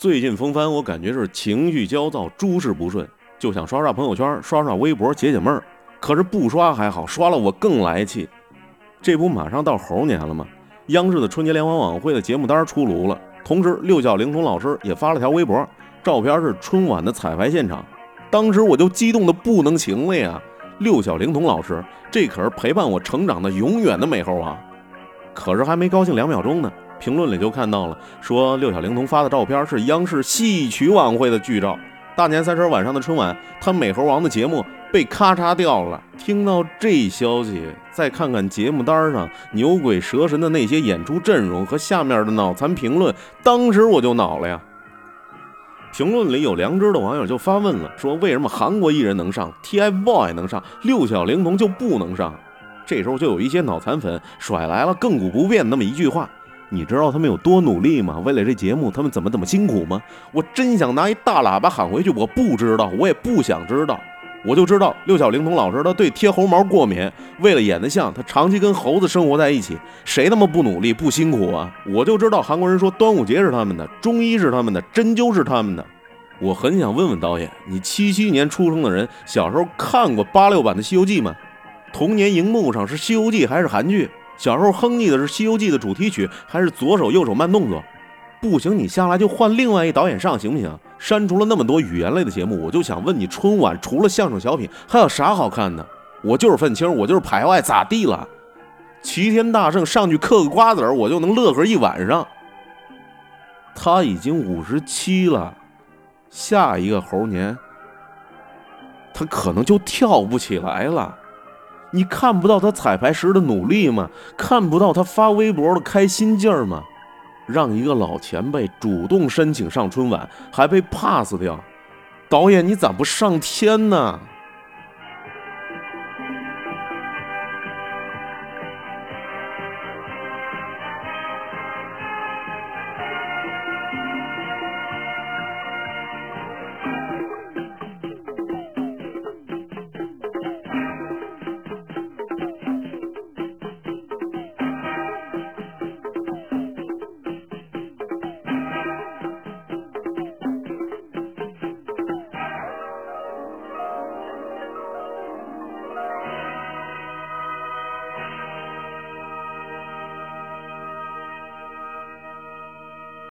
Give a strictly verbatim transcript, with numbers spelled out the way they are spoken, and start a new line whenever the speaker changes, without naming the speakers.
最近风帆我感觉是情绪焦躁，诸事不顺，就想刷刷朋友圈，刷刷微博解解闷儿。可是不刷还好，刷了我更来气。这不马上到猴年了吗？央视的春节联欢晚会的节目单出炉了，同时六小龄童老师也发了条微博，照片是春晚的彩排现场。当时我就激动的不能行了呀！六小龄童老师，这可是陪伴我成长的永远的美猴王。可是还没高兴两秒钟呢，评论里就看到了，说六小龄童发的照片是央视戏曲晚会的剧照。大年三十晚上的春晚，他美猴王的节目被咔嚓掉了。听到这消息，再看看节目单上牛鬼蛇神的那些演出阵容和下面的脑残评论，当时我就恼了呀。评论里有良知的网友就发问了，说为什么韩国艺人能上 T F BOY 能上，六小龄童就不能上？这时候就有一些脑残粉甩来了亘古不变那么一句话，你知道他们有多努力吗？为了这节目他们怎么怎么辛苦吗？我真想拿一大喇叭喊回去，我不知道，我也不想知道。我就知道六小龄童老师他对贴猴毛过敏，为了演得像，他长期跟猴子生活在一起，谁他妈不努力不辛苦啊？我就知道韩国人说端午节是他们的，中医是他们的，针灸是他们的。我很想问问导演，你七七年出生的人，小时候看过八六版的西游记吗？童年荧幕上是西游记还是韩剧？小时候哼唧的是西游记的主题曲还是左手右手慢动作？不行，你下来就换另外一导演上行不行？删除了那么多语言类的节目，我就想问你，春晚除了相声小品还有啥好看的？我就是愤青，我就是排外，咋地了？齐天大圣上去嗑个瓜子儿，我就能乐呵一晚上。他已经五十七了，下一个猴年他可能就跳不起来了。你看不到他彩排时的努力吗？看不到他发微博的开心劲儿吗？让一个老前辈主动申请上春晚，还被 pass 掉，导演你咋不上天呢？